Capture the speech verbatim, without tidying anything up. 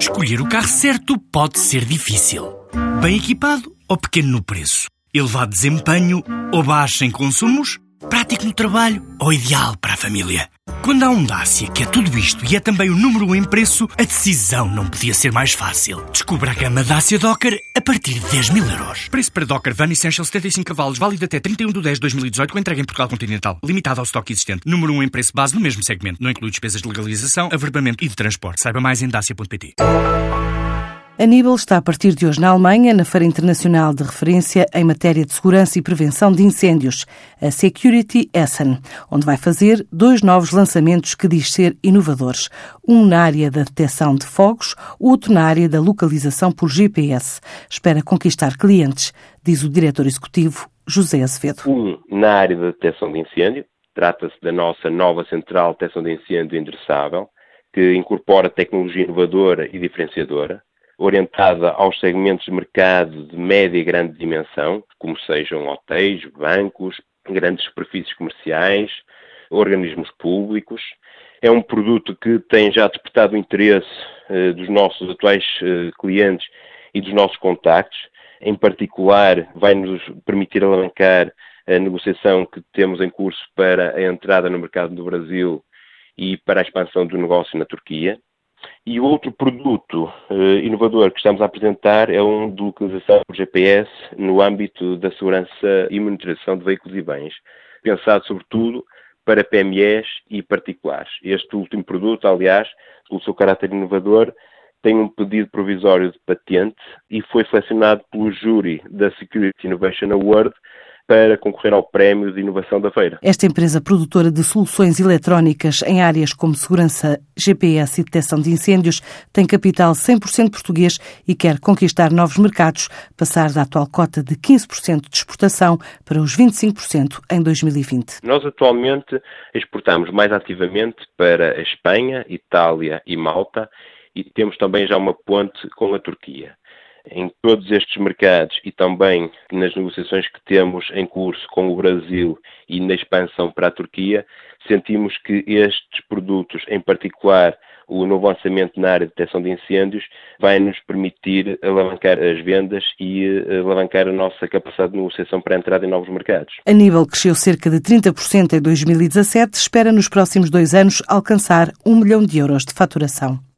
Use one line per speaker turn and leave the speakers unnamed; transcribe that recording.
Escolher o carro certo pode ser difícil. Bem equipado ou pequeno no preço? Elevado desempenho ou baixo em consumos? Prático no trabalho ou ideal para a família? Quando há um Dacia que é tudo isto e é também o número um em preço, a decisão não podia ser mais fácil. Descubra a gama Dacia Docker a partir de dez mil euros. Preço para Docker Van Essential setenta e cinco cavalos, válido até trinta e um de dez de dois mil e dezoito, com entrega em Portugal Continental. Limitado ao estoque existente. Número um em preço base no mesmo segmento. Não inclui despesas de legalização, averbamento e de transporte. Saiba mais em dacia ponto pt.
Aníbal está a partir de hoje na Alemanha, na Feira Internacional de Referência em matéria de segurança e prevenção de incêndios, a Security Essen, onde vai fazer dois novos lançamentos que diz ser inovadores. Um na área da detecção de fogos, outro na área da localização por G P S. Espera conquistar clientes, diz o diretor executivo José Azevedo.
Um na área da detecção de incêndio. Trata-se da nossa nova central de detecção de incêndio endereçável, que incorpora tecnologia inovadora e diferenciadora, orientada aos segmentos de mercado de média e grande dimensão, como sejam hotéis, bancos, grandes superfícies comerciais, organismos públicos. É um produto que tem já despertado o interesse eh, dos nossos atuais eh, clientes e dos nossos contactos. Em particular, vai-nos permitir alavancar a negociação que temos em curso para a entrada no mercado do Brasil e para a expansão do negócio na Turquia. E o outro produto eh, inovador que estamos a apresentar é um de localização por G P S no âmbito da segurança e monitorização de veículos e bens, pensado sobretudo para P M Es e particulares. Este último produto, aliás, pelo seu caráter inovador, tem um pedido provisório de patente e foi selecionado pelo júri da Security Innovation Award para concorrer ao Prémio de Inovação da Feira.
Esta empresa produtora de soluções eletrónicas em áreas como segurança, G P S e detecção de incêndios tem capital cem por cento português e quer conquistar novos mercados, passar da atual cota de quinze por cento de exportação para os vinte e cinco por cento em dois mil e vinte.
Nós atualmente exportamos mais ativamente para a Espanha, Itália e Malta e temos também já uma ponte com a Turquia. Em todos estes mercados e também nas negociações que temos em curso com o Brasil e na expansão para a Turquia, sentimos que estes produtos, em particular o novo lançamento na área de detecção de incêndios, vai nos permitir alavancar as vendas e alavancar a nossa capacidade de negociação para a entrada em novos mercados.
Aníbal cresceu cerca de trinta por cento em dois mil e dezassete, espera nos próximos dois anos alcançar um milhão de euros de faturação.